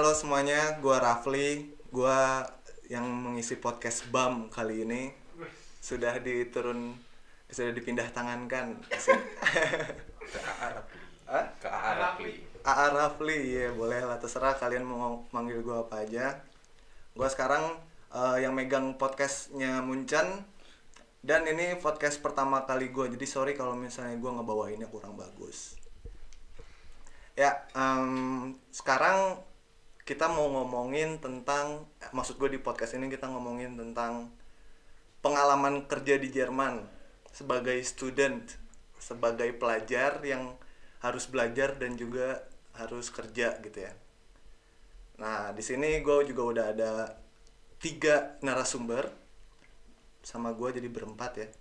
Halo semuanya, gua Rafli. Gua yang mengisi podcast BAM kali ini sudah dipindah tangankan. Ke AA Rafli. Hah? Ke AA Rafli. AA Rafli, ya boleh lah, terserah kalian mau manggil gua apa aja. Gua sekarang yang megang podcastnya Muncan. Dan ini podcast pertama kali gua, jadi sorry kalau misalnya gua ngebawainnya kurang bagus. Ya, sekarang kita mau ngomongin tentang, maksud gue di podcast ini kita ngomongin tentang pengalaman kerja di Jerman sebagai student, sebagai pelajar yang harus belajar dan juga harus kerja gitu ya. Nah, di sini gue juga udah ada 3 narasumber sama gue, jadi berempat ya.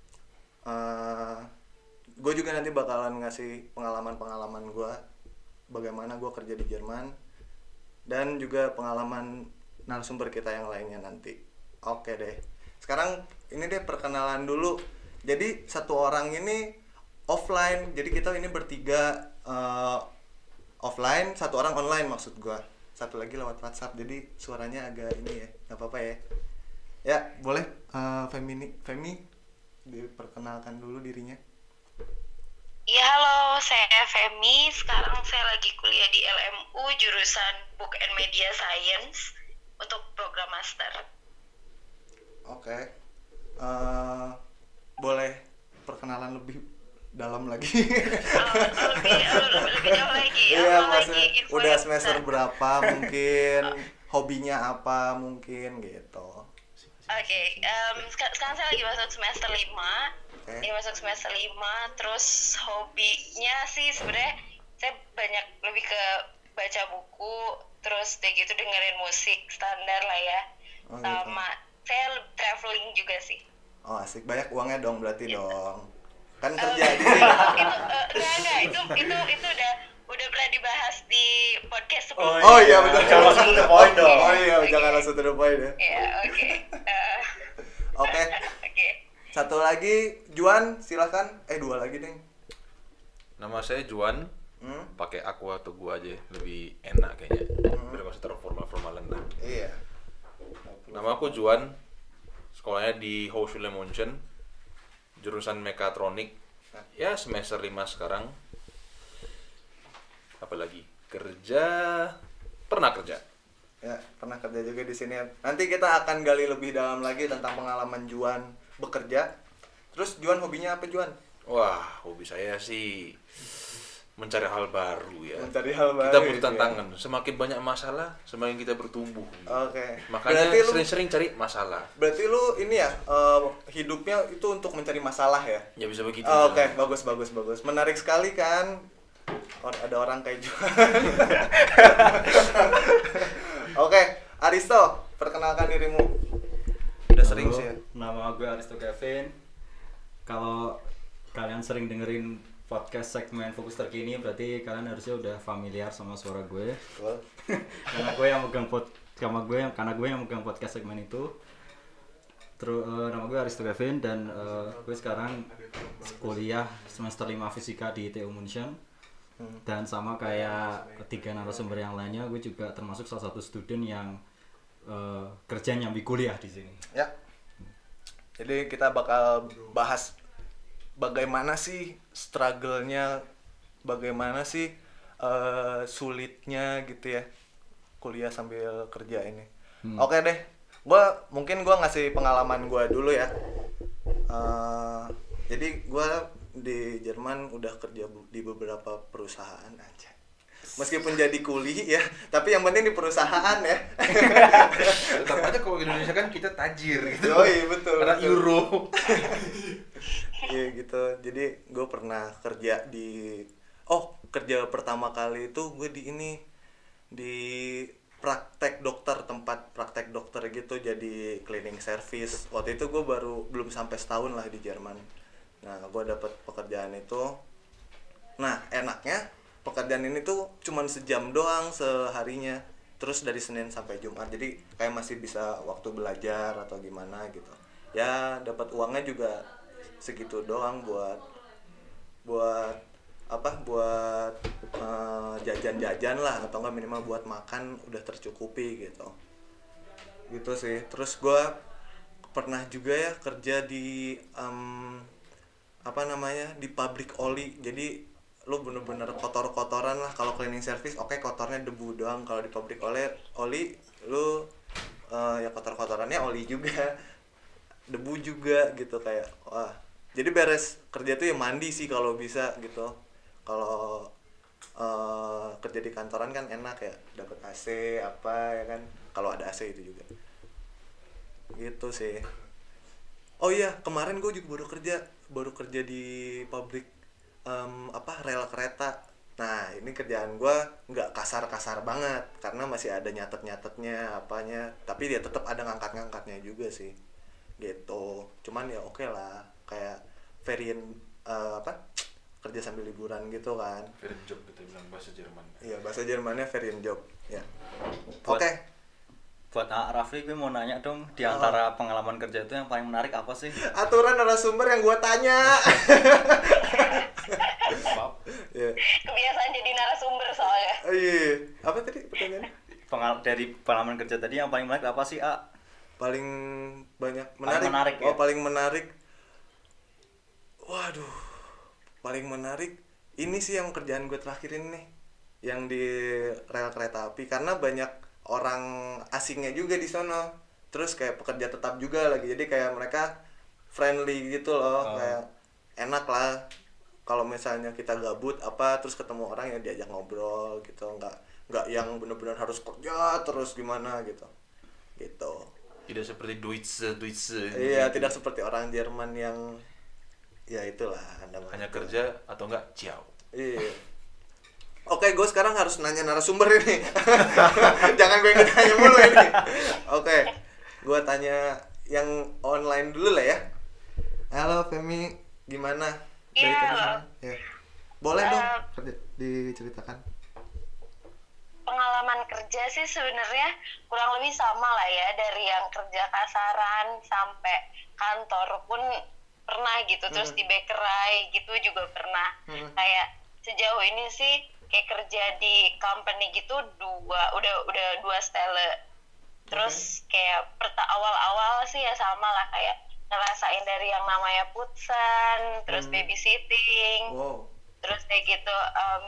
Gue juga nanti bakalan ngasih pengalaman gue bagaimana gue kerja di Jerman dan juga pengalaman narasumber kita yang lainnya nanti. Oke deh. Sekarang ini deh perkenalan dulu. Jadi satu orang ini offline. Jadi kita ini bertiga offline, satu orang online maksud gua. Satu lagi lewat WhatsApp. Jadi suaranya agak ini ya. Enggak apa-apa ya. Ya, boleh Femi diperkenalkan dulu dirinya. Ya halo, saya Femi. Sekarang saya lagi kuliah di LMU jurusan Book and Media Science untuk program master. Oke. Boleh perkenalan lebih dalam lagi? Lebih jauh lagi. Iya, maksudnya udah semester berapa mungkin, hobinya apa mungkin gitu. Oke, sekarang saya lagi masuk semester 5. Ini masuk semester 5, terus hobinya sih sebenarnya saya banyak lebih ke baca buku, terus kayak gitu dengerin musik standar lah ya. Sama gitu. Saya traveling juga sih. Oh asik, banyak uangnya dong berarti gitu. Dong. Kan kerja di sini. Itu udah pernah dibahas di podcast sebelumnya. Oh iya betul. Jangan langsung to the point dong. Oh iya, jangan langsung to the point ya. Iya, oke. Oke. Satu lagi, Juan, silakan. 2 lagi deh. Nama saya Juan. Pakai aku atau gua aja lebih enak kayaknya. Biar enggak usah terlalu formal-formalan lah. Iya. Nama aku Juan. Sekolahnya di Hochschule München. Jurusan mekatronik. Ya, semester 5 sekarang. Apalagi kerja, pernah kerja. Ya, pernah kerja juga di sini. Nanti kita akan gali lebih dalam lagi tentang pengalaman Juan bekerja. Terus Juan hobinya apa Juan? Wah, hobi saya sih mencari hal baru ya. Mencari hal baru. Kita butuh tantangan. Ya. Semakin banyak masalah, semakin kita bertumbuh. Oke. Makanya sering-sering cari masalah. Berarti lu ini ya, hidupnya itu untuk mencari masalah ya? Ya bisa begitu. Oke, bagus. Menarik sekali kan? Ada orang kayak Juan. Oke, Aristo, perkenalkan dirimu. Udah sering sih ya. Nama gue Aristo Kevin. Kalau kalian sering dengerin podcast segmen Fokus Terkini, berarti kalian harusnya udah familiar sama suara gue. Karena gue yang megang podcast segmen itu. Terus nama gue Aristo Kevin dan gue sekarang kuliah semester 5 fisika di TU München. Dan sama kayak 3 narasumber yang lainnya, gue juga termasuk salah satu student yang kerja nyambi kuliah di sini. Ya. Jadi kita bakal bahas bagaimana sih struggle-nya, bagaimana sih sulitnya gitu ya kuliah sambil kerja ini. Oke deh. Mungkin gue ngasih pengalaman gue dulu ya. Jadi gue di Jerman udah kerja di beberapa perusahaan aja. Meskipun jadi kuli ya, tapi yang penting di perusahaan ya. Tetap aja kalau di Indonesia kan kita tajir gitu. Oh iya betul. Karena euro. Iya gitu. Jadi gue pernah kerja kerja pertama kali itu gue di praktek dokter, tempat praktek dokter gitu, jadi cleaning service. Waktu itu gue belum sampai setahun lah di Jerman. Nah, gue dapet pekerjaan itu. Nah, enaknya pekerjaan ini tuh cuman sejam doang seharinya. Terus dari Senin sampai Jumat. Jadi kayak masih bisa waktu belajar atau gimana gitu. Ya, dapat uangnya juga segitu doang buat buat jajan-jajan lah, atau enggak minimal buat makan udah tercukupi gitu sih. Terus gue pernah juga ya kerja di di pabrik oli. Jadi lu bener-bener kotor-kotoran lah. Kalau cleaning service oke, kotornya debu doang. Kalau di pabrik oli lu ya kotor-kotorannya oli juga, debu juga gitu, kayak wah. Jadi beres kerja tuh ya mandi sih kalau bisa gitu. Kalau kerja di kantoran kan enak ya, dapat AC apa ya kan, kalau ada AC itu juga gitu sih. Oh iya, kemarin gue juga baru kerja di pabrik rel kereta. Nah ini kerjaan gue nggak kasar banget karena masih ada nyatetnya apanya, tapi dia tetap ada ngangkatnya juga sih gitu. Cuman ya oke lah, kayak kerja sambil liburan gitu kan. Ferienjob gitu bilang bahasa Jerman. Iya, bahasa Jermannya Ferienjob ya. Buat- Oke. Buat Rafli, gue mau nanya dong, di antara pengalaman kerja itu yang paling menarik apa sih? Aturan narasumber yang gue tanya. Yeah. Kebiasaan jadi narasumber soalnya. Oh, iya. Apa tadi pertanyaannya? Dari pengalaman kerja tadi yang paling menarik apa sih, A? Paling banyak Paling menarik ya? Paling menarik. Waduh. Paling menarik ini sih yang kerjaan gue terakhir ini nih. Yang di rel kereta api, karena banyak orang asingnya juga di sono. Terus kayak pekerja tetap juga lagi. Jadi kayak mereka friendly gitu loh, kayak enak lah. Kalau misalnya kita gabut terus ketemu orang yang diajak ngobrol gitu, nggak yang benar-benar harus kerja terus gimana gitu. Tidak seperti Deutsche. Iya, tidak seperti orang Jerman yang ya itulah hanya kerja atau enggak ciao. Iya. Oke, gue sekarang harus nanya narasumber ini. Jangan gue yang tanya mulu ini. Oke, gue tanya yang online dulu lah ya. Halo Femi, gimana? Dari kerjaan? Ya. Boleh dong diceritakan. Pengalaman kerja sih sebenarnya kurang lebih sama lah ya, dari yang kerja kasaran sampai kantor pun pernah gitu, terus di bakery gitu juga pernah. Kayak sejauh ini sih kayak kerja di company gitu udah 2 stelle. Terus kayak awal-awal sih ya sama lah, kayak ngerasain dari yang namanya putsan, terus babysitting, terus kayak gitu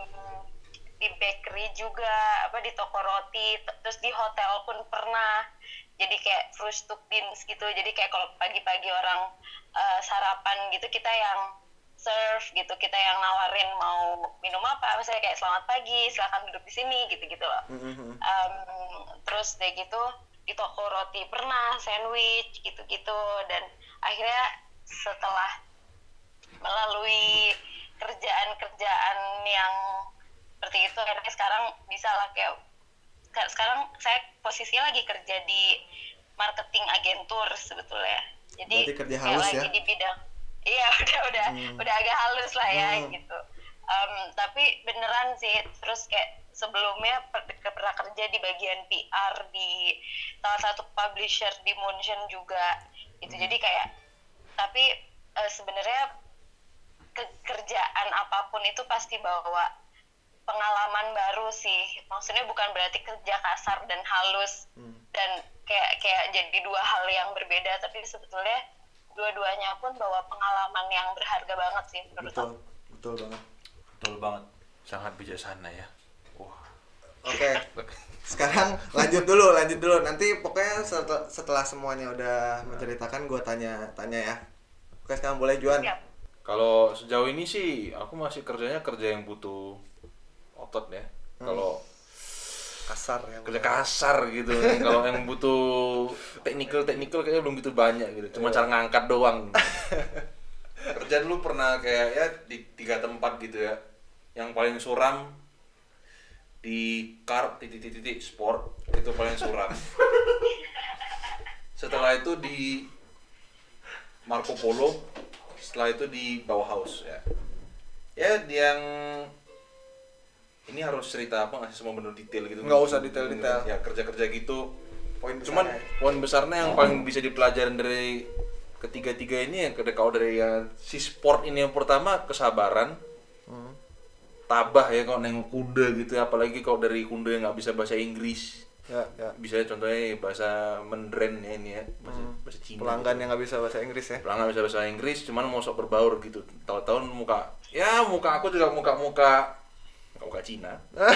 di bakery juga, di toko roti, terus di hotel pun pernah. Jadi kayak frühstückdienst gitu, jadi kayak kalau pagi-pagi orang sarapan gitu, kita yang serve gitu, kita yang nawarin mau minum apa, misalnya kayak selamat pagi, silakan duduk di sini gitu loh. Terus kayak gitu di toko roti pernah, sandwich gitu, dan akhirnya setelah melalui kerjaan yang seperti itu, akhirnya sekarang bisa lah, kayak sekarang saya posisinya lagi kerja di marketing agentur sebetulnya. Jadi berarti kerja kayak halus lagi ya? di bidang, iya udah agak halus lah ya gitu. Tapi beneran sih, terus kayak sebelumnya pernah kerja di bagian PR di salah satu publisher di München juga gitu. Jadi kayak, tapi sebenarnya kerjaan apapun itu pasti bawa pengalaman baru sih. Maksudnya bukan berarti kerja kasar dan halus dan kayak jadi 2 hal yang berbeda, tapi sebetulnya dua-duanya pun bawa pengalaman yang berharga banget sih menurut aku. Betul banget. Sangat bijaksana ya. Oke. Sekarang lanjut dulu. Nanti pokoknya setelah semuanya udah menceritakan, gue tanya ya. Oke, sekarang boleh Juan. Siap. Kalau sejauh ini sih aku masih kerja yang butuh otot ya. Kalau Kasar ya. kerja kasar gitu. Kalau yang butuh teknikal kayaknya belum gitu banyak gitu. Cuma cara ngangkat doang. Kerja dulu pernah kayak ya di 3 tempat gitu ya. Yang paling suram di sport itu paling suram. Setelah itu di Marco Polo, setelah itu di Bauhaus ya. Ya yang ini harus cerita apa nggak sih, semua benar detail gitu? Nggak usah detail. Ya kerja gitu. Cuman poin besarnya yang paling bisa dipelajarin dari ketiga-tiga ini ya, kalau dari si sport ini yang pertama kesabaran, tabah ya kalau nengok kuda gitu, apalagi kalau dari kuda yang nggak bisa bahasa Inggris. Ya. Bisa contohnya bahasa Mandarin ya ini ya, bahasa Cina. Pelanggan gitu. yang nggak bisa bahasa Inggris ya. Pelanggan bisa bahasa Inggris, cuman mau sok berbaur gitu. Tahu-tahu muka aku juga muka Cina.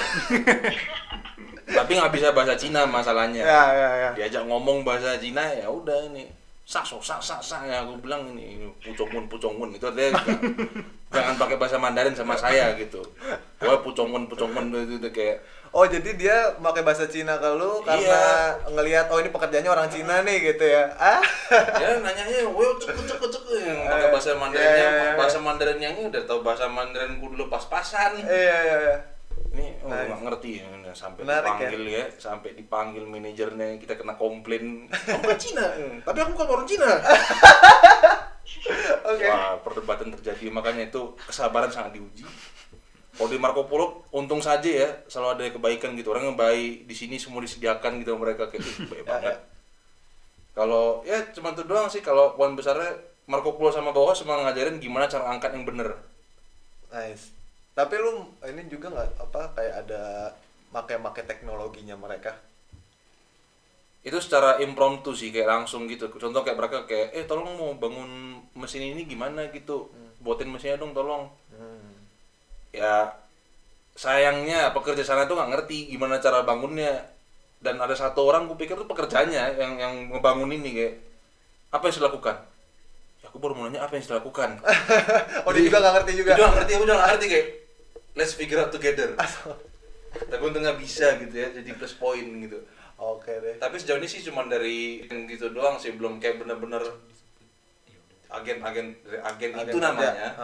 Tapi nggak bisa bahasa Cina masalahnya. Ya. Diajak ngomong bahasa Cina ya udah ini sak ya aku bilang ini pucongmun itu dia jangan pakai bahasa Mandarin sama saya gitu. Gua pucongmun itu kayak Oh jadi dia pakai bahasa Cina ke lu karena ngelihat oh ini pekerjaannya orang Cina nih gitu ya. Ya nanyanya, "Woi, cek yang pakai bahasa Mandarinnya, bahasa Mandarin yang ini udah tahu bahasa Mandarin ku dulu pas-pasan." Iya. Ini nggak ngerti ya, sampai Menarik, dipanggil ya, sampai dipanggil manajernya, kita kena komplain. Kamu kan Cina, tapi aku bukan orang Cina. Oke. Wah, perdebatan terjadi, makanya itu kesabaran sangat diuji. Kalau di Marco Polo untung saja ya, selalu ada kebaikan gitu. Orang yang baik di sini semua disediakan gitu mereka kayak baik banget. Kalau ya cuma itu doang sih, kalau poin besarnya Marco Polo sama bawah cuma ngajarin gimana cara angkat yang bener. Nice. Tapi lu ini juga nggak kayak ada make teknologinya mereka? Itu secara impromptu sih, kayak langsung gitu. Contoh kayak mereka kayak tolong mau bangun mesin ini gimana gitu, buatin mesinnya dong tolong. Ya sayangnya pekerja sana tuh nggak ngerti gimana cara bangunnya, dan ada satu orang gue pikir tuh pekerjanya yang ngebangun ini kayak apa yang saya lakukan. Ya, aku baru mau nanya apa yang saya lakukan. Oh dia juga nggak ngerti juga. Aku juga nggak ngerti kayak let's figure out together. Tapi untungnya bisa gitu ya, jadi plus point gitu. Oke deh. Tapi sejauh ini sih cuma dari gitu doang sih, belum kayak bener-bener agen itu namanya.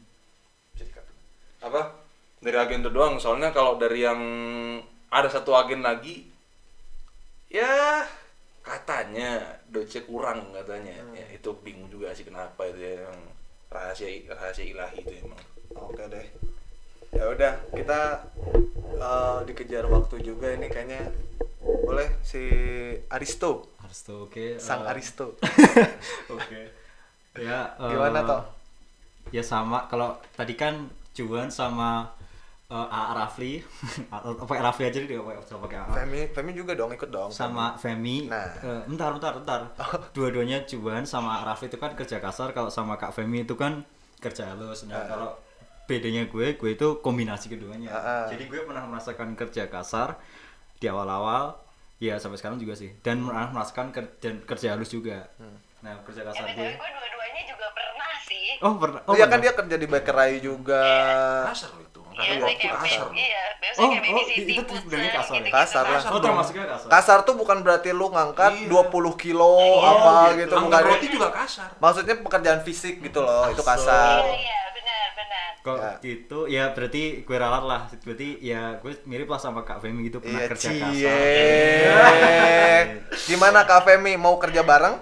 Apa? Dari agen itu doang, soalnya kalau dari yang ada satu agen lagi ya katanya Deutsche kurang katanya. Ya itu bingung juga sih kenapa itu ya, yang rahasia ilahi itu emang. Oke deh. Ya udah, kita dikejar waktu juga ini kayaknya. Boleh si Aristo, oke. Sang Aristo. Oke. Ya. Gimana toh? Ya sama, kalau tadi kan Juan sama Rafli, pakai Rafli aja deh, pakai AA. Femi juga dong, ikut dong. Sama Femi. Nah. Bentar. Dua-duanya Juan sama Rafli itu kan kerja kasar, kalau sama Kak Femi itu kan kerja halus. Nah, kalau bedanya gue itu kombinasi keduanya. Jadi gue pernah merasakan kerja kasar di awal-awal, ya sampai sekarang juga sih. Dan pernah merasakan kerja halus juga. Nah, kerja kasar gue. Gue dua-duanya juga pernah sih. Oh, pernah. Iya kan dia kerja di bakery juga. Kasar itu. Iya, kayak kasar. Iya, biasanya kayak babysitting, itu bilangnya kasar ya? Kasar lah. Oh, termasuknya kasar. Kasar tuh bukan berarti lu ngangkat 20 kilo apa gitu. Angkat roti juga kasar. Maksudnya pekerjaan fisik gitu loh, itu kasar. Iya, benar. Kok gitu, ya berarti gue ralat lah. Berarti ya gue mirip lah sama Kak Femi gitu, pernah kerja kasar. Gimana Kak Femi, mau kerja bareng?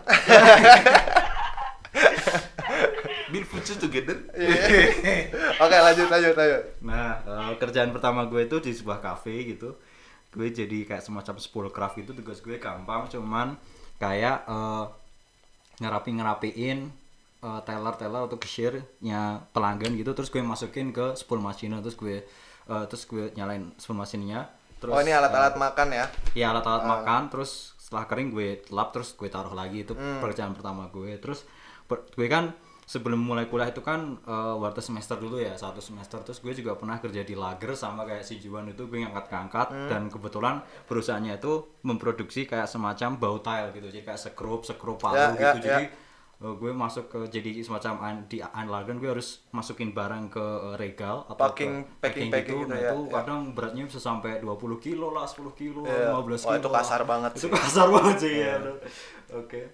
Build future together. Oke, lanjut. Nah, kerjaan pertama gue itu di sebuah cafe gitu. Gue jadi kayak semacam spool craft gitu. Tugas gue gampang, cuman kayak ngerapiin teller atau cashier-nya pelanggan gitu. Terus gue masukin ke spool machine, terus gue nyalain spool machine-nya. Terus, ini alat-alat makan ya? Iya, alat-alat makan. Terus setelah kering gue lap, terus gue taruh lagi. Itu pekerjaan pertama gue. Terus gue kan sebelum mulai kuliah itu kan waktu semester dulu ya, 1 semester. Terus gue juga pernah kerja di lager sama kayak si Juan itu, gue ngangkat-ngangkat. Dan kebetulan perusahaannya itu memproduksi kayak semacam bow tie gitu, jadi kayak sekrup palu gitu. Jadi gue masuk ke jadi semacam di lager, gue harus masukin barang ke regal atau packing gitu. Nah itu kadang beratnya bisa sampai 20 kilo lah, 10 kilo, 15 kilo. Itu kasar banget sih. Itu kasar banget sih ya. Oke.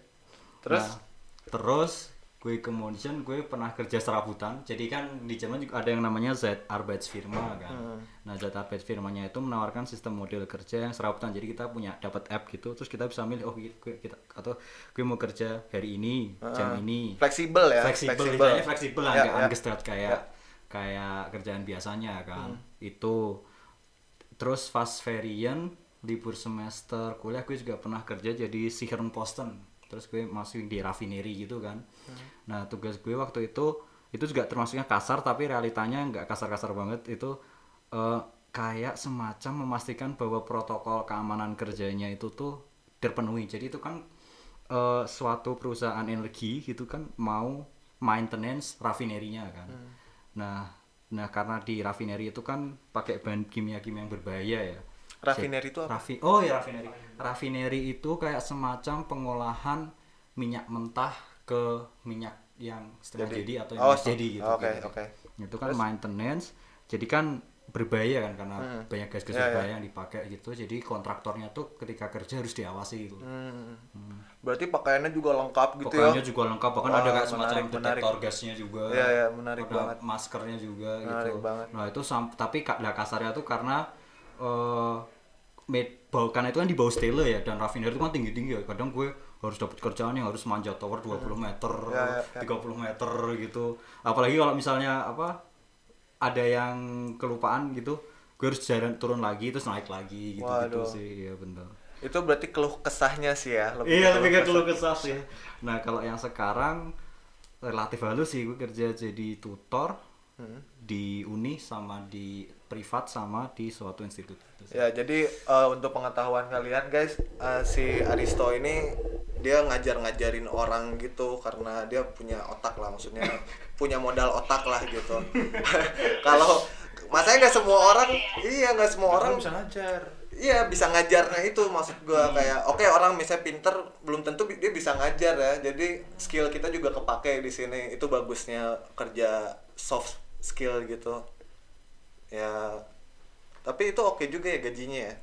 Terus gue kemudian gue pernah kerja serabutan. Jadi kan di Jerman juga ada yang namanya Z-Arbeitsfirma kan. Nah, Z-Arbeitsfirmanya itu menawarkan sistem model kerja yang serabutan. Jadi kita dapat app gitu, terus kita bisa milih gue mau kerja hari ini, jam ini. Fleksibel ya. Fleksibel lah, enggak angestet kayak kerjaan biasanya kan. Itu terus fast varian libur semester kuliah gue juga pernah kerja jadi Sicherungsposten. Terus gue masuk di raffineri gitu kan. Nah tugas gue waktu itu juga termasuknya kasar, tapi realitanya nggak kasar-kasar banget. Itu kayak semacam memastikan bahwa protokol keamanan kerjanya itu tuh terpenuhi. Jadi itu kan suatu perusahaan energi gitu kan mau maintenance rafinerinya kan. Nah karena di rafineri itu kan pakai bahan kimia-kimia yang berbahaya ya. Rafineri itu apa? Rafineri. Rafineri itu kayak semacam pengolahan minyak mentah ke minyak yang setengah jadi atau yang jadi gitu. Oke. Itu kan maintenance. Jadi kan berbahaya kan karena banyak gas-gas berbahaya yang dipakai gitu. Jadi kontraktornya tuh ketika kerja harus diawasi gitu. Berarti pakaiannya juga lengkap gitu Pakaiannya juga lengkap, bahkan ada kayak semacam menarik. detektor gasnya juga. Iya, menarik ada banget. Maskernya juga Menarik gitu. banget. Nah, itu tapi kasarnya tuh karena karena itu kan di bawah stele ya, dan rafineri itu kan tinggi-tinggi ya. Kadang gue harus dapat kerjaan yang harus manjat tower 20 meter, 30 meter gitu. Apalagi kalau misalnya ada yang kelupaan gitu, gue harus jalan turun lagi terus naik lagi gitu sih. Ya benar. Itu berarti keluh kesahnya sih ya. Lebih ke keluh kesah sih. Nah, kalau yang sekarang relatif halus sih, gue kerja jadi tutor di uni sama di privat sama di suatu institut. Ya, jadi untuk pengetahuan kalian guys, si Aristo ini dia ngajarin orang gitu karena dia punya otak lah, maksudnya punya modal otak lah gitu. Kalau masanya nggak semua orang bisa ngajar. Iya, bisa ngajarnya itu maksud gua. Kayak oke, orang misalnya pinter belum tentu dia bisa ngajar ya. Jadi skill kita juga kepake di sini. Itu bagusnya kerja soft skill gitu. Ya. Tapi itu oke juga ya gajinya ya.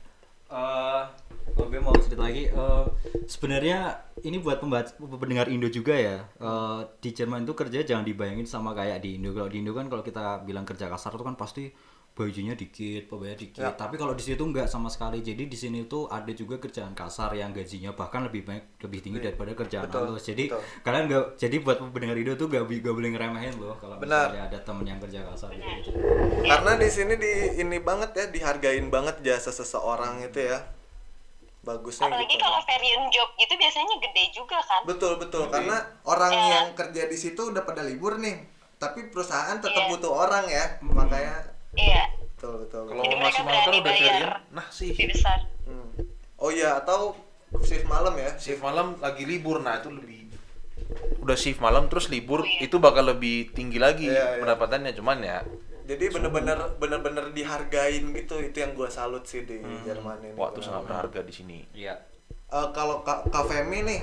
Gue mau cerita lagi. Sebenarnya ini buat pendengar Indo juga ya. Di Jerman itu kerja jangan dibayangin sama kayak di Indo. Kalau di Indo kan kalau kita bilang kerja kasar itu kan pasti bajunya dikit, pembayar dikit. Ya. Tapi kalau di situ enggak sama sekali. Jadi di sini tuh ada juga kerjaan kasar yang gajinya bahkan lebih tinggi daripada kerjaan halus. Jadi kalian enggak, jadi buat pendengar Indo tuh enggak boleh ngeremehin loh kalau misalnya ada temen yang kerja kasar gitu. Karena di sini ini banget ya, dihargain banget jasa seseorang itu ya. Bagusnya apalagi gitu. Kalau varian job gitu biasanya gede juga kan. Betul. Karena orang yang kerja di situ udah pada libur nih. Tapi perusahaan tetap butuh orang ya. Makanya Iya. Betul. Kalau masih malam udah varian, lebih besar. Oh iya, atau shift malam ya. Shift malam lagi libur, nah itu lebih udah shift malam terus libur itu bakal lebih tinggi lagi pendapatannya, cuman ya. Jadi bener-bener dihargain gitu, itu yang gue salut sih di Jerman ini. Waktu sangat berharga di sini. Iya. Kalau Kak Femi nih,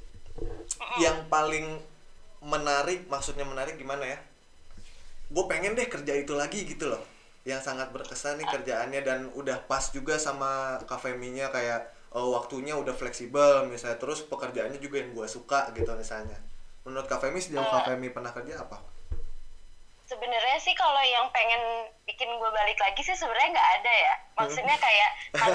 yang paling menarik, maksudnya menarik gimana ya? Gue pengen deh kerja itu lagi gitu loh. Yang sangat berkesan nih kerjaannya dan udah pas juga sama Kak Femi-nya, kayak waktunya udah fleksibel misalnya, terus pekerjaannya juga yang gue suka gitu misalnya. Menurut Kak Femi, sejauh Kak Femi pernah kerja apa? Sebenarnya sih kalau yang pengen bikin gue balik lagi sih sebenarnya nggak ada ya. Maksudnya kayak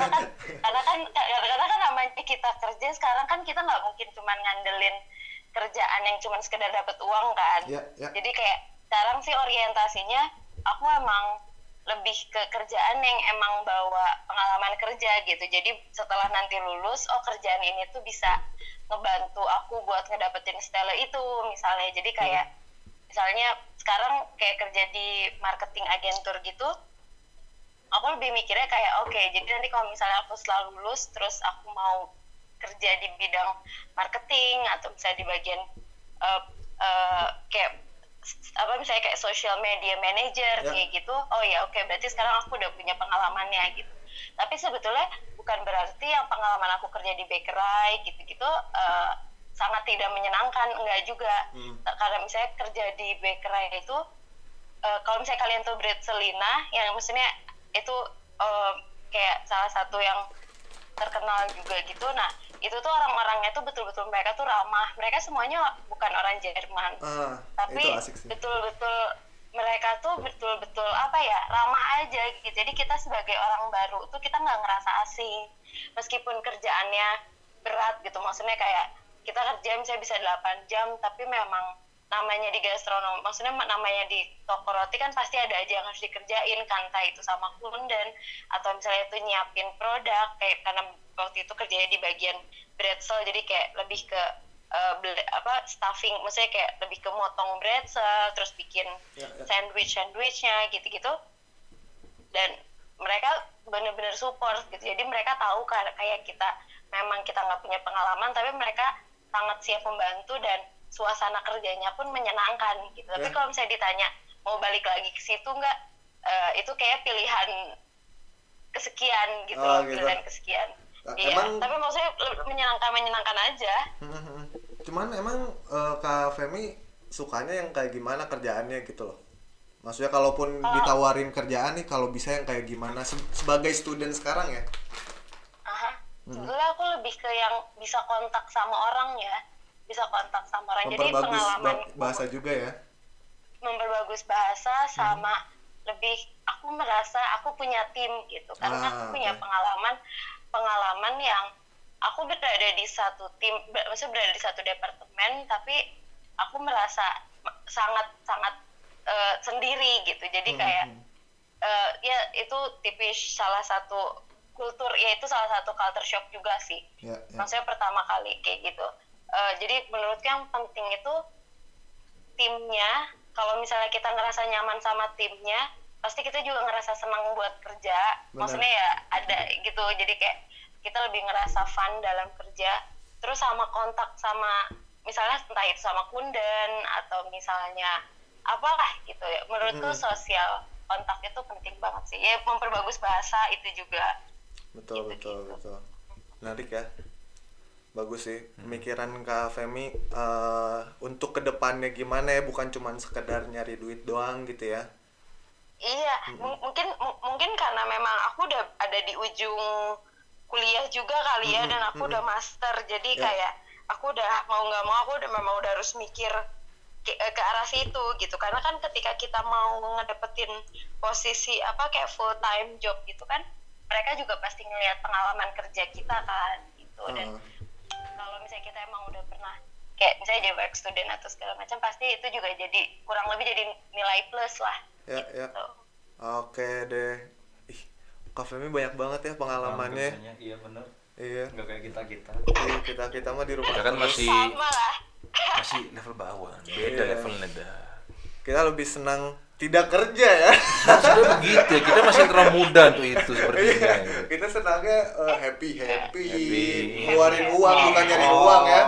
karena kan namanya kita kerja sekarang kan kita nggak mungkin cuma ngandelin kerjaan yang cuma sekedar dapat uang kan. Jadi kayak sekarang sih orientasinya aku emang lebih ke kerjaan yang emang bawa pengalaman kerja gitu. Jadi setelah nanti lulus, kerjaan ini tuh bisa ngebantu aku buat ngedapetin stella itu misalnya. Jadi kayak misalnya sekarang kayak kerja di marketing agentur gitu, aku lebih mikirnya kayak jadi nanti kalau misalnya aku setelah lulus terus aku mau kerja di bidang marketing atau misalnya di bagian misalnya kayak social media manager kayak gitu, berarti sekarang aku udah punya pengalamannya gitu. Tapi sebetulnya bukan berarti yang pengalaman aku kerja di bakery gitu-gitu sangat tidak menyenangkan, enggak juga. Karena misalnya kerja di bakery itu kalau misalnya kalian tuh Bread Selina yang maksudnya itu kayak salah satu yang terkenal juga gitu. Nah, itu tuh orang-orangnya tuh betul-betul mereka tuh ramah. Mereka semuanya bukan orang Jerman. Tapi betul-betul mereka tuh betul-betul ramah aja gitu. Jadi kita sebagai orang baru tuh kita nggak ngerasa asing. Meskipun kerjaannya berat gitu. Maksudnya kayak kita kerja misalnya bisa 8 jam tapi memang namanya di gastronomi, maksudnya namanya di toko roti kan pasti ada aja yang harus dikerjain kan, entah itu sama kunden atau misalnya itu nyiapin produk, kayak karena waktu itu kerjanya di bagian pretzel, jadi kayak lebih ke stuffing, maksudnya kayak lebih ke motong pretzel terus bikin sandwichnya gitu-gitu. dan mereka benar-benar support gitu. Jadi mereka tahu kayak kita memang kita nggak punya pengalaman, tapi mereka sangat siap membantu dan suasana kerjanya pun menyenangkan gitu. Tapi kalau misalnya ditanya mau balik lagi ke situ nggak, itu kayak pilihan kesekian gitu, pilihan kesekian. Iya, tapi maksudnya menyenangkan aja. Cuman emang Kak Femi sukanya yang kayak gimana kerjaannya gitu loh. Maksudnya kalaupun ditawarin kerjaan nih, kalau bisa yang kayak gimana sebagai student sekarang ya? Sebenarnya aku lebih ke yang bisa kontak sama orang ya, bisa kontak sama orang. Jadi pengalaman bahasa juga ya? Memperbagus bahasa sama lebih aku merasa aku punya tim gitu, karena aku punya pengalaman yang aku berada di satu tim, maksudnya berada di satu departemen, tapi aku merasa sangat sendiri gitu. Jadi kayak ya itu tipis salah satu kultur, ya itu salah satu culture shock juga sih. Maksudnya pertama kali kayak gitu. Jadi menurutku yang penting itu timnya. Kalau misalnya kita ngerasa nyaman sama timnya, pasti kita juga ngerasa senang buat kerja. Maksudnya ya ada gitu. Jadi kayak kita lebih ngerasa fun dalam kerja. Terus sama kontak sama misalnya entah itu sama kunden atau misalnya apalah gitu ya. Menurutku sosial kontak itu penting banget sih. Ya memperbagus bahasa itu juga. Betul. Menarik ya. Bagus sih pemikiran Kak Femi untuk kedepannya gimana ya, bukan cuma sekedar nyari duit doang gitu ya. Iya, mungkin karena memang aku udah ada di ujung kuliah juga kali ya, dan aku udah master, jadi kayak aku udah mau nggak mau aku memang udah harus mikir ke arah situ gitu. Karena kan ketika kita mau ngedapetin posisi kayak full time job gitu kan, mereka juga pasti ngelihat pengalaman kerja kita kan gitu. Dan kalau misalnya kita emang udah pernah kayak misalnya jadi work student atau segala macam, pasti itu juga jadi kurang lebih jadi nilai plus lah. Gitu. Oke deh. Kak Femi banyak banget ya pengalamannya. Iya bener. Iya. Nggak kayak kita. Iya, kita mah di rumah. Kita kan masih level bawah. Beda levelnya dah. Kita lebih senang tidak kerja ya. Sudah begitu ya, kita masih terlalu muda untuk itu sepertinya. Kita senangnya happy, ngeluarin uang bukan nyari uang ya.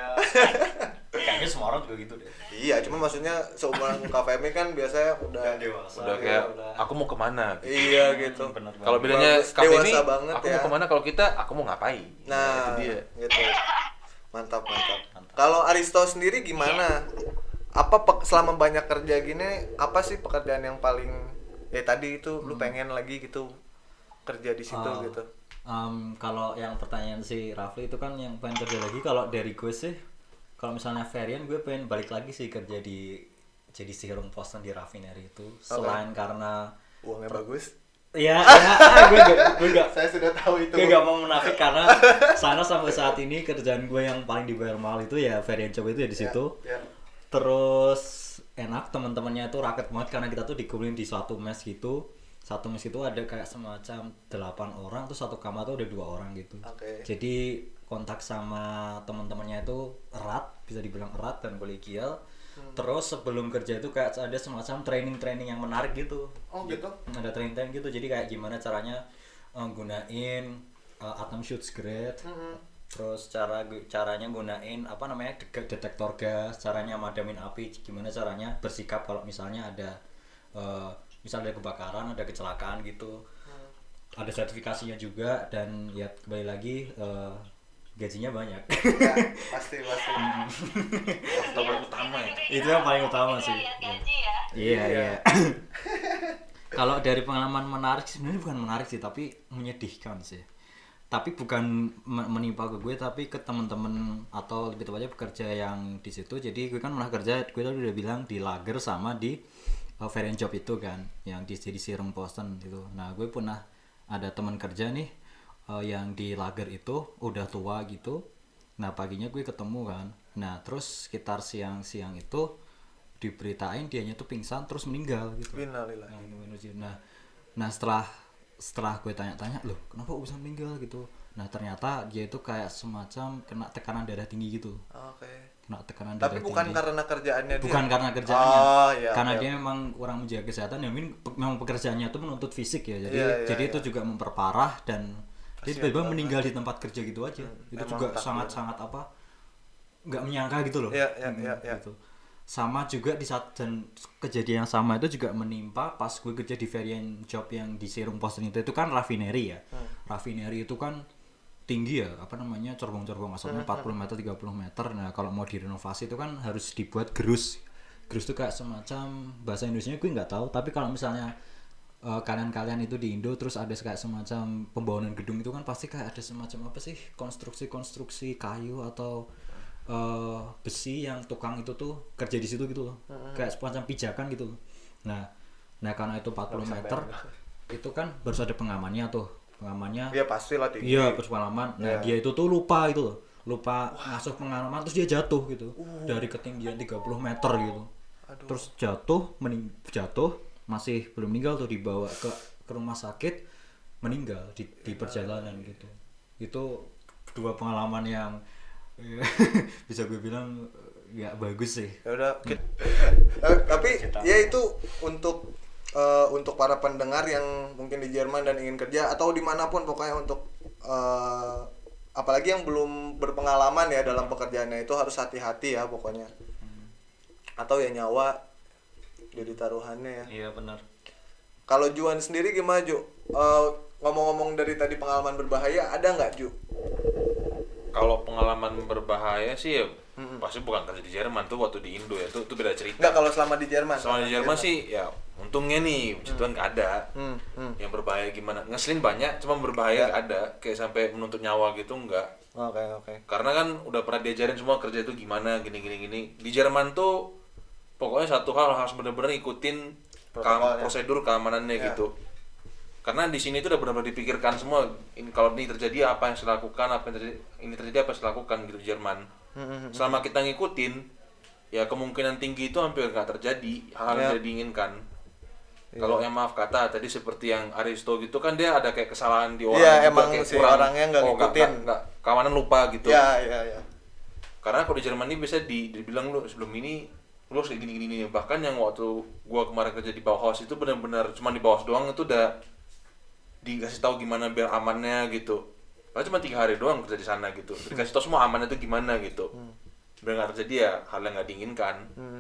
Kayaknya semua orang juga gitu deh. Iya, cuma maksudnya seumuran Kak Femi kan biasanya udah dewasa. Udah kayak aku mau kemana gitu. Iya gitu. Kalau bedanya Kak Femi, aku ya. mau kemana, kalau kita aku mau ngapain. Nah, itu dia. Gitu. Mantap. Kalau Aristo sendiri gimana? Apa selama banyak kerja gini, apa sih pekerjaan yang paling tadi itu lu pengen lagi gitu kerja di situ gitu? Kalau yang pertanyaan si Rafli itu kan yang pengen kerja lagi, kalau dari gue sih, kalau misalnya varian gue pengen balik lagi sih kerja jadi serum posten di rafineri itu. Selain karena uangnya bagus. Iya, gue gak. Saya sudah tahu itu. Gue gak mau menafik karena sana sampai saat ini kerjaan gue yang paling dibayar mahal itu ya varian job itu ya di situ. Terus enak, teman-temannya itu raket banget karena kita tuh dikumpulin di suatu mes gitu. Satu mes itu ada kayak semacam 8 orang, terus satu kamar tuh ada 2 orang gitu. Jadi kontak sama teman-temannya itu erat, bisa dibilang erat dan kolegial. Terus sebelum kerja itu kayak ada semacam training yang menarik gitu. Gitu? Ada training gitu, jadi kayak gimana caranya gunain atom shoots grade. Terus caranya gunain detektor gas, caranya madamin api, gimana caranya bersikap kalau misalnya ada misalnya ada kebakaran, ada kecelakaan gitu. Ada sertifikasinya juga, dan ya kembali lagi gajinya banyak. Ya, pasti. Itu paling utama ya. Itu yang paling utama sih. Gaji ya. Iya. Kalau dari pengalaman menarik sebenarnya bukan menarik sih, tapi menyedihkan sih. Tapi bukan menimpa ke gue, tapi ke teman-teman atau lebih tepatnya pekerja yang di situ. Jadi gue kan pernah kerja, gue tadi udah bilang di lager sama di variant job itu kan, yang jadi serum posten gitu. Nah gue pernah ada teman kerja nih yang di lager itu udah tua gitu. Nah paginya gue ketemu kan. Nah terus sekitar siang itu diberitain dianya tuh pingsan terus meninggal gitu. Nah setelah gue tanya-tanya, loh kenapa kok bisa meninggal gitu. Nah ternyata dia itu kayak semacam kena tekanan darah tinggi gitu. kena tekanan Tapi darah bukan tinggi. karena kerjaannya dia. Bukan karena kerjaannya. Oh, iya, karena oke. dia memang kurang menjaga kesehatan ya, memang pekerjaannya itu menuntut fisik ya. Jadi Iya, itu juga memperparah dan dia tiba-tiba meninggal di tempat kerja gitu aja. Itu emang juga takdir. sangat-sangat apa? Nggak menyangka gitu loh. Iya. Gitu. Sama juga di saat dan kejadian yang sama itu juga menimpa pas gue kerja di variant job yang di Serum Posten itu kan rafineri ya. Rafineri itu kan tinggi ya, apa namanya, corbong-corbong asapnya 40 meter 30 meter. Nah kalau mau direnovasi itu kan harus dibuat gerus itu kayak semacam, bahasa Indonesianya gue nggak tahu, tapi kalau misalnya kalian itu di Indo terus ada kayak semacam pembangunan gedung itu kan pasti kayak ada semacam apa sih, konstruksi kayu atau besi yang tukang itu tuh kerja di situ gitu loh, kayak semacam pijakan gitu loh. Nah karena itu 40 meter itu kan harus ada pengamannya. Iya pastilah tinggi. Iya, pengalaman. Nah, dia itu tuh lupa ngasuh pengalaman, terus dia jatuh gitu. Dari ketinggian 30 meter gitu. Terus jatuh masih belum meninggal tuh, dibawa ke rumah sakit, meninggal di perjalanan gitu. Itu dua pengalaman yang bisa gue bilang nggak bagus sih. Ya udah. Tapi ya itu untuk para pendengar yang mungkin di Jerman dan ingin kerja atau dimanapun pokoknya, untuk apalagi yang belum berpengalaman ya dalam pekerjaannya, itu harus hati-hati ya pokoknya. Atau ya nyawa jadi taruhannya ya. Iya benar. Kalau Juan sendiri gimana Ju? Ngomong-ngomong dari tadi pengalaman berbahaya, ada nggak Ju? Kalau pengalaman berbahaya sih ya pasti bukan kerja di Jerman, tuh waktu di Indo ya, tuh beda cerita. Nggak, kalau selama di Jerman. Selama di Jerman sih ya untungnya nih puji Tuhan nggak ada. Yang berbahaya gimana? Ngeselin banyak, cuma berbahaya nggak ada. Kayak sampai menuntut nyawa gitu nggak. Oke. Karena kan udah pernah diajarin semua kerja itu gimana, gini. Di Jerman tuh pokoknya satu hal harus benar-benar ikutin prosedur keamanannya gitu. Karena di sini tuh udah benar-benar dipikirkan semua. Kalau ini terjadi apa yang saya lakukan, ini terjadi apa yang saya lakukan gitu di Jerman. Selama kita ngikutin, ya kemungkinan tinggi itu hampir nggak terjadi hal yang tidak diinginkan. Kalau yang maaf kata tadi seperti yang Aristo gitu kan, dia ada kayak kesalahan di orang juga, emang kayak si kurang, orangnya nggak ngikutin. nggak kawanan lupa gitu. Iya. Karena kalau di Jerman ini biasa dibilang lu sebelum ini lu harus kayak gini. Bahkan yang waktu gua kemarin kerja di Bauhaus itu benar-benar cuma di Bauhaus doang itu udah dikasih tahu gimana biar amannya gitu. Padahal cuma 3 hari doang kerja di sana gitu. Dikasih tahu semua amannya itu gimana gitu. Biar nggak terjadi ya hal yang nggak diinginkan.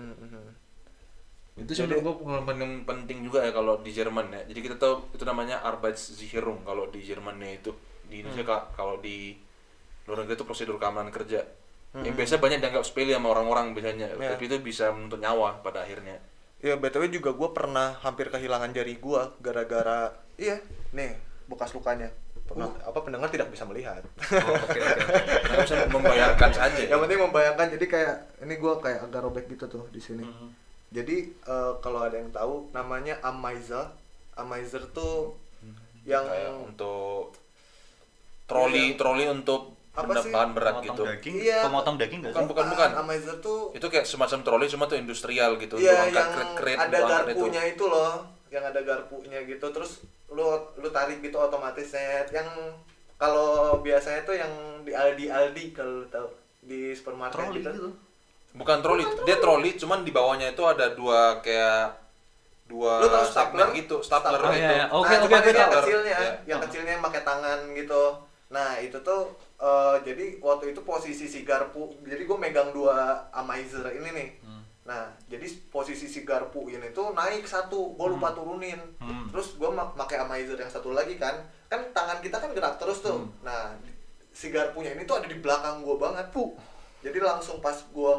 Itu sih menurut gua pengalaman yang penting juga ya kalau di Jerman ya. Jadi kita tahu itu namanya Arbeitssicherung kalau di Jermannya itu. Di Indonesia kalau di luar negeri itu prosedur keamanan kerja. Yang biasa banyak dianggap sepele sama orang-orang biasanya, tapi itu bisa menuntut nyawa pada akhirnya. Ya BTW juga gue pernah hampir kehilangan jari gue gara-gara nih bekas lukanya. Pendengar tidak bisa melihat. Oke. Nah, bisa membayangkan saja. Yang penting membayangkan, jadi kayak ini gue kayak agak robek gitu tuh di sini. Jadi kalau ada yang tahu namanya Amizer tuh yang kayak untuk troli untuk bahan berat gitu. Pemotong daging nggak sih? Bukan. Amizer tuh Itu kayak semacam troli cuma tuh industrial gitu, iya, untuk angkat yang crate ada garpunya itu loh, yang ada garpunya gitu, terus lu tarik gitu otomatis set. Yang kalau biasanya tuh yang di Aldi kalau lu tahu, di supermarket Troli gitu. Bukan troli, dia troli cuman di bawahnya itu ada dua lu tahu stapler gitu, stapler Oh, gitu. iya. Oke, yang Stapler, kecilnya, ya. yang kecilnya yang pakai tangan gitu. Nah itu tuh jadi waktu itu posisi si garpu, jadi gue megang 2 Amizer ini nih. Nah jadi posisi si garpu ini tuh naik satu, gue lupa turunin. Terus gue pakai Amizer yang satu lagi kan tangan kita kan gerak terus tuh. Nah si garpunya ini tuh ada di belakang gue banget, Jadi langsung pas gue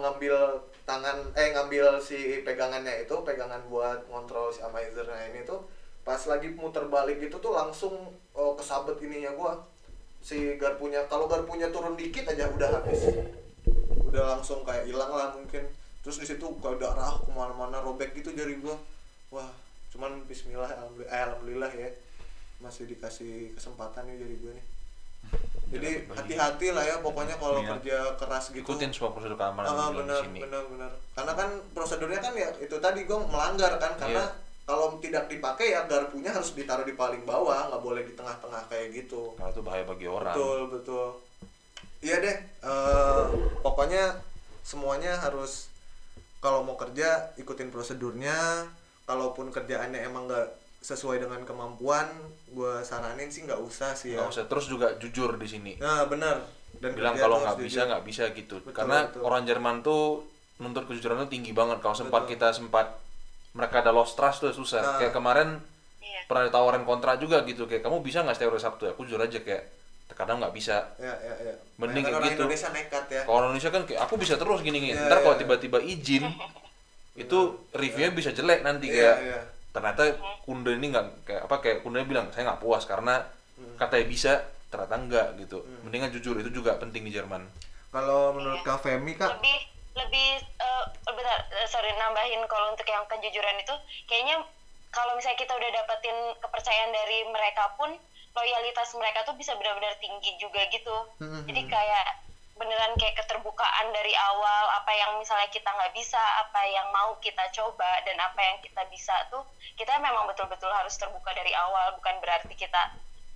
ngambil si pegangannya itu, pegangan buat ngontrol si Amizernya ini tuh, pas lagi muter balik gitu tuh langsung kesabet ininya gue, si garpunya. Kalau garpunya turun dikit aja udah habis, udah langsung kayak hilang lah mungkin. Terus di situ kayak darah kemana-mana, robek gitu jari gue. Wah, cuman Bismillah, alhamdulillah ya masih dikasih kesempatan nih jari gue nih. Jadi hati-hati lah ya pokoknya kalau kerja keras gitu. Ikutin semua prosedur keamanan di sini. Benar. Karena kan prosedurnya kan ya itu tadi gue melanggar kan, karena kalau tidak dipakai ya garpunya harus ditaruh di paling bawah, nggak boleh di tengah-tengah kayak gitu. Nah, itu bahaya bagi orang. Betul. Iya deh. Pokoknya semuanya harus, kalau mau kerja ikutin prosedurnya. Kalaupun kerjaannya emang nggak sesuai dengan kemampuan, gue saranin sih nggak usah sih ya. Nggak usah, terus juga jujur di sini. Nah benar. Dan Bilang kerja kalau tuh nggak harus bisa jujur. nggak bisa gitu. Betul, Karena betul. orang Jerman tuh nuntut kejujuran tuh tinggi banget. Kalau Betul. kita sempat mereka ada lost trust tuh susah. Nah. Kayak kemarin Iya. pernah ditawarin kontrak juga gitu, kayak kamu bisa nggak setiap hari Sabtu? Aku jujur aja kayak terkadang nggak bisa. Ya. Mending Banyak kayak orang gitu. Indonesia nekat ya. Kalau orang Indonesia kan kayak aku bisa terus gini. Iya, Ntar kalau iya. tiba-tiba izin itu reviewnya bisa jelek nanti Iya, kayak iya. ternyata kunde ini nggak kayak kunde bilang saya nggak puas karena katanya bisa ternyata enggak gitu. Mendingan jujur, itu juga penting di Jerman. Kalau menurut Kak Femi Kak, lebih bentar, sorry, nambahin kalau untuk yang kejujuran itu kayaknya kalau misalnya kita udah dapetin kepercayaan dari mereka pun loyalitas mereka tuh bisa benar-benar tinggi juga gitu. Jadi kayak beneran kayak keterbukaan dari awal, apa yang misalnya kita nggak bisa, apa yang mau kita coba, dan apa yang kita bisa tuh kita memang betul-betul harus terbuka dari awal. Bukan berarti kita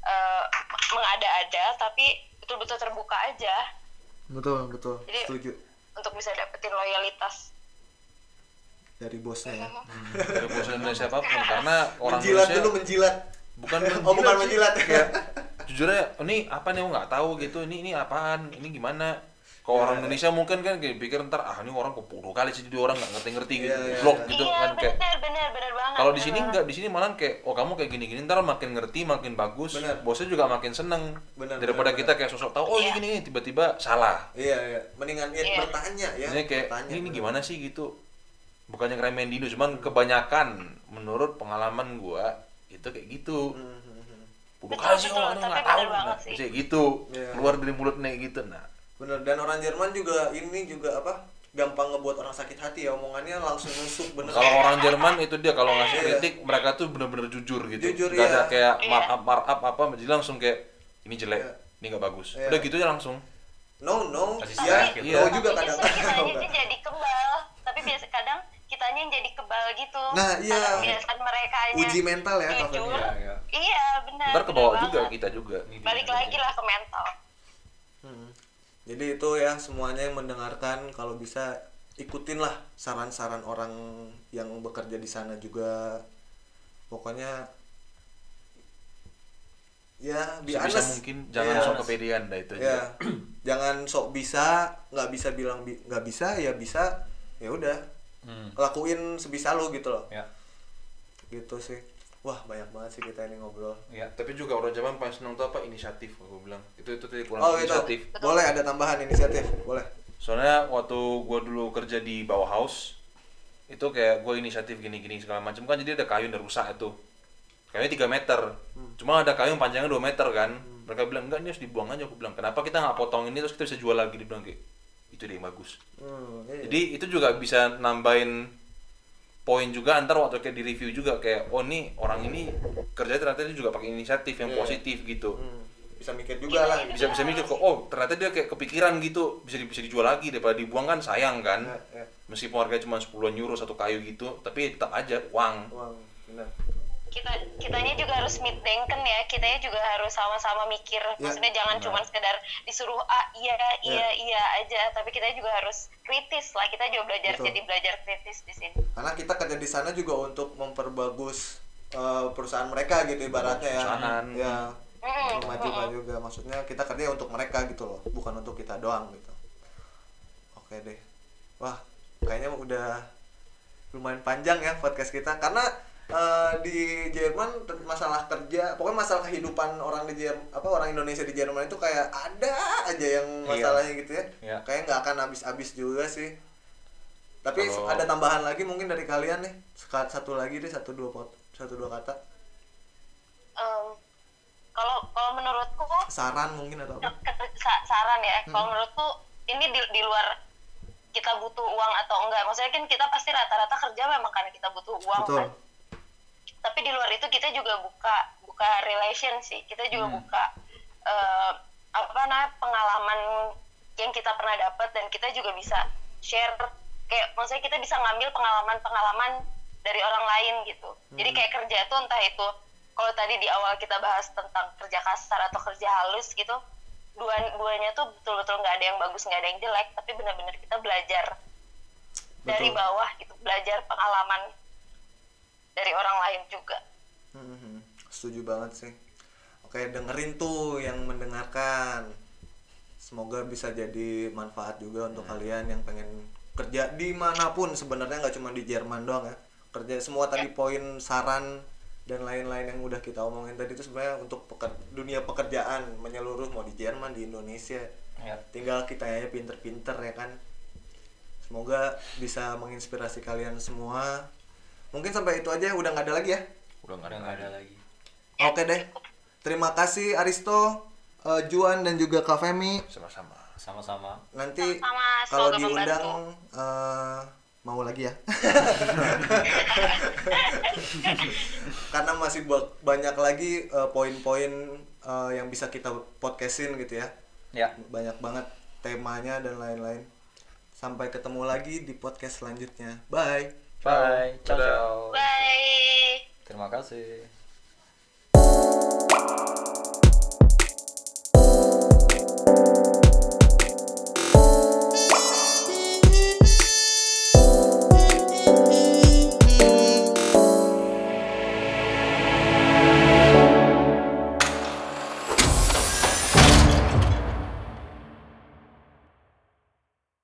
mengada-ada, tapi betul-betul terbuka aja. betul, Jadi setuju. untuk bisa dapetin loyalitas. Dari bosnya ya. Dari bosan dari siapapun, karena orang Menjilat Indonesia dulu, menjilat. bukan Oh, bukan menjilat. kayak jujur aja, ini apa nih, aku nggak tahu gitu, ini apaan, ini gimana. Kalau Ya, orang Indonesia mungkin kan kayak pikir ntar ini orang kebodoh kali sih, dia orang nggak ngerti gitu, Iya, blok iya. gitu Iya, kan kayak. benar banget. Kalau di sini bener enggak, di sini malah kayak kamu kayak gini ntar makin ngerti, makin bagus, Bener. bosnya juga makin seneng. Bener, Daripada bener, kita kayak sosok tahu Iya. ini tiba-tiba salah. Iya. Mendingan Iya. bertanya ya. Ini kayak Bertanya, ini bener. gimana sih gitu. Bukannya ngeremehin Dino, cuman kebanyakan menurut pengalaman gua itu kayak gitu. Bodoh Betul, kali sih betul, orang tapi nggak tahu. bener banget Nah, sih. kayak gitu. Iya. Keluar dari mulutnya gitu. Nah, Bener, dan orang Jerman juga ini juga apa? Gampang ngebuat orang sakit hati ya, omongannya langsung nusuk bener. kalau orang Jerman itu dia kalau ngasih Iya. kritik mereka tuh bener-bener jujur gitu. Jujur, Nggak ada iya. kayak Iya. markup apa, jadi langsung kayak ini jelek, Iya. ini nggak bagus. Iya. Udah gitu aja langsung. No, Kasih ya, sedikit. Iya. no juga Tapi kadang. justru kitanya sih jadi kebal, tapi biasa kadang kitanya yang jadi kebal gitu. Nah, iya. Karena kebiasaan merekanya Uji mental ya, Kak jujur. Femi. Iya. Iya, benar. Ntar ke benar bawah juga banget. kita juga. Balik lagi lah ke mental. Jadi itu ya, semuanya yang mendengarkan kalau bisa ikutin lah saran-saran orang yang bekerja di sana juga. Pokoknya ya be Sebisa honest. mungkin jangan Iya. sok kepedean dah itu aja. Ya, jangan sok bisa, nggak bisa bilang nggak bisa, ya bisa, ya udah, lakuin sebisa lo gitu loh, Ya. gitu sih. Wah, banyak banget sih kita ini ngobrol. Ya. Tapi juga orang Jerman paling seneng tuh apa, inisiatif, aku bilang. Itu tadi kurang Oh itu, inisiatif. boleh ada tambahan inisiatif, boleh. Soalnya waktu gua dulu kerja di Bauhaus, itu kayak gua inisiatif gini-gini segala macam kan, jadi ada kayu yang udah rusak itu. Kayunya 3 meter. Cuma ada kayu yang panjangnya 2 meter kan. Mereka bilang enggak, ini harus dibuang aja. Aku bilang, kenapa kita nggak potong ini terus kita bisa jual lagi? Dibilang kayak itu dia yang bagus. Iya. Jadi itu juga bisa nambahin poin juga antar waktu kayak di review juga kayak oh nih orang ini kerja ternyata dia juga pakai inisiatif yang Iya. positif gitu. Bisa mikir juga lah. Iya, Bisa mikir kok oh ternyata dia kayak kepikiran gitu, bisa dijual lagi daripada dibuang kan sayang kan. Ya. Meskipun harganya cuma 10 euro satu kayu gitu, tapi tetap aja uang. Uang, benar. Kitanya juga harus denken ya, kitanya juga harus sama-sama mikir. Ya, Maksudnya jangan cuma sekedar disuruh iya aja, tapi kita juga harus kritis lah. Kita juga Betul. jadi belajar kritis di sini. Karena kita kerja di sana juga untuk memperbagus perusahaan mereka gitu ibaratnya ya. Perusahaan. Ya. Memajukan juga, maksudnya kita kerja untuk mereka gitu loh, bukan untuk kita doang gitu. Oke deh. Wah, kayaknya udah lumayan panjang ya podcast kita, karena di Jerman masalah kerja, pokoknya masalah kehidupan orang di orang Indonesia di Jerman itu kayak ada aja yang masalahnya gitu ya. Iya. Kayak nggak akan habis-habis juga sih. Tapi Kalau- ada tambahan lagi mungkin dari kalian nih, satu lagi deh, satu dua kata Kalau menurutku saran mungkin atau apa. saran ya, kalau menurutku ini di luar kita butuh uang atau enggak. Maksudnya kan kita pasti rata-rata kerja memang karena kita butuh uang Betul. kan. Tapi di luar itu kita juga buka relation sih. Kita juga buka pengalaman yang kita pernah dapat, dan kita juga bisa share, kayak maksudnya kita bisa ngambil pengalaman dari orang lain gitu. Jadi kayak kerja tuh entah itu kalau tadi di awal kita bahas tentang kerja kasar atau kerja halus gitu, Duanya tuh betul-betul nggak ada yang bagus, nggak ada yang jelek, tapi benar-benar kita belajar dari bawah gitu, belajar pengalaman dari orang lain juga. Setuju banget sih. Oke, dengerin tuh yang mendengarkan. Semoga bisa jadi manfaat juga untuk kalian yang pengen kerja dimanapun, sebenarnya nggak cuma di Jerman doang ya. Kerja semua tadi poin saran dan lain-lain yang udah kita omongin tadi itu sebenarnya untuk dunia pekerjaan menyeluruh, mau di Jerman, di Indonesia. Tinggal kita aja pinter-pinter ya kan. Semoga bisa menginspirasi kalian semua. Mungkin sampai itu aja, udah nggak ada lagi ya? Udah nggak ada lagi. Oke deh. Terima kasih Aristo, Juan dan juga Kak Femi. Sama-sama. Nanti Sama-sama, kalau semoga diundang membantu. mau lagi ya. Karena masih banyak lagi poin-poin yang bisa kita podcastin gitu ya. Ya. Banyak banget temanya dan lain-lain. Sampai ketemu lagi di podcast selanjutnya. Bye. Bye. Ciao. Bye. Terima kasih.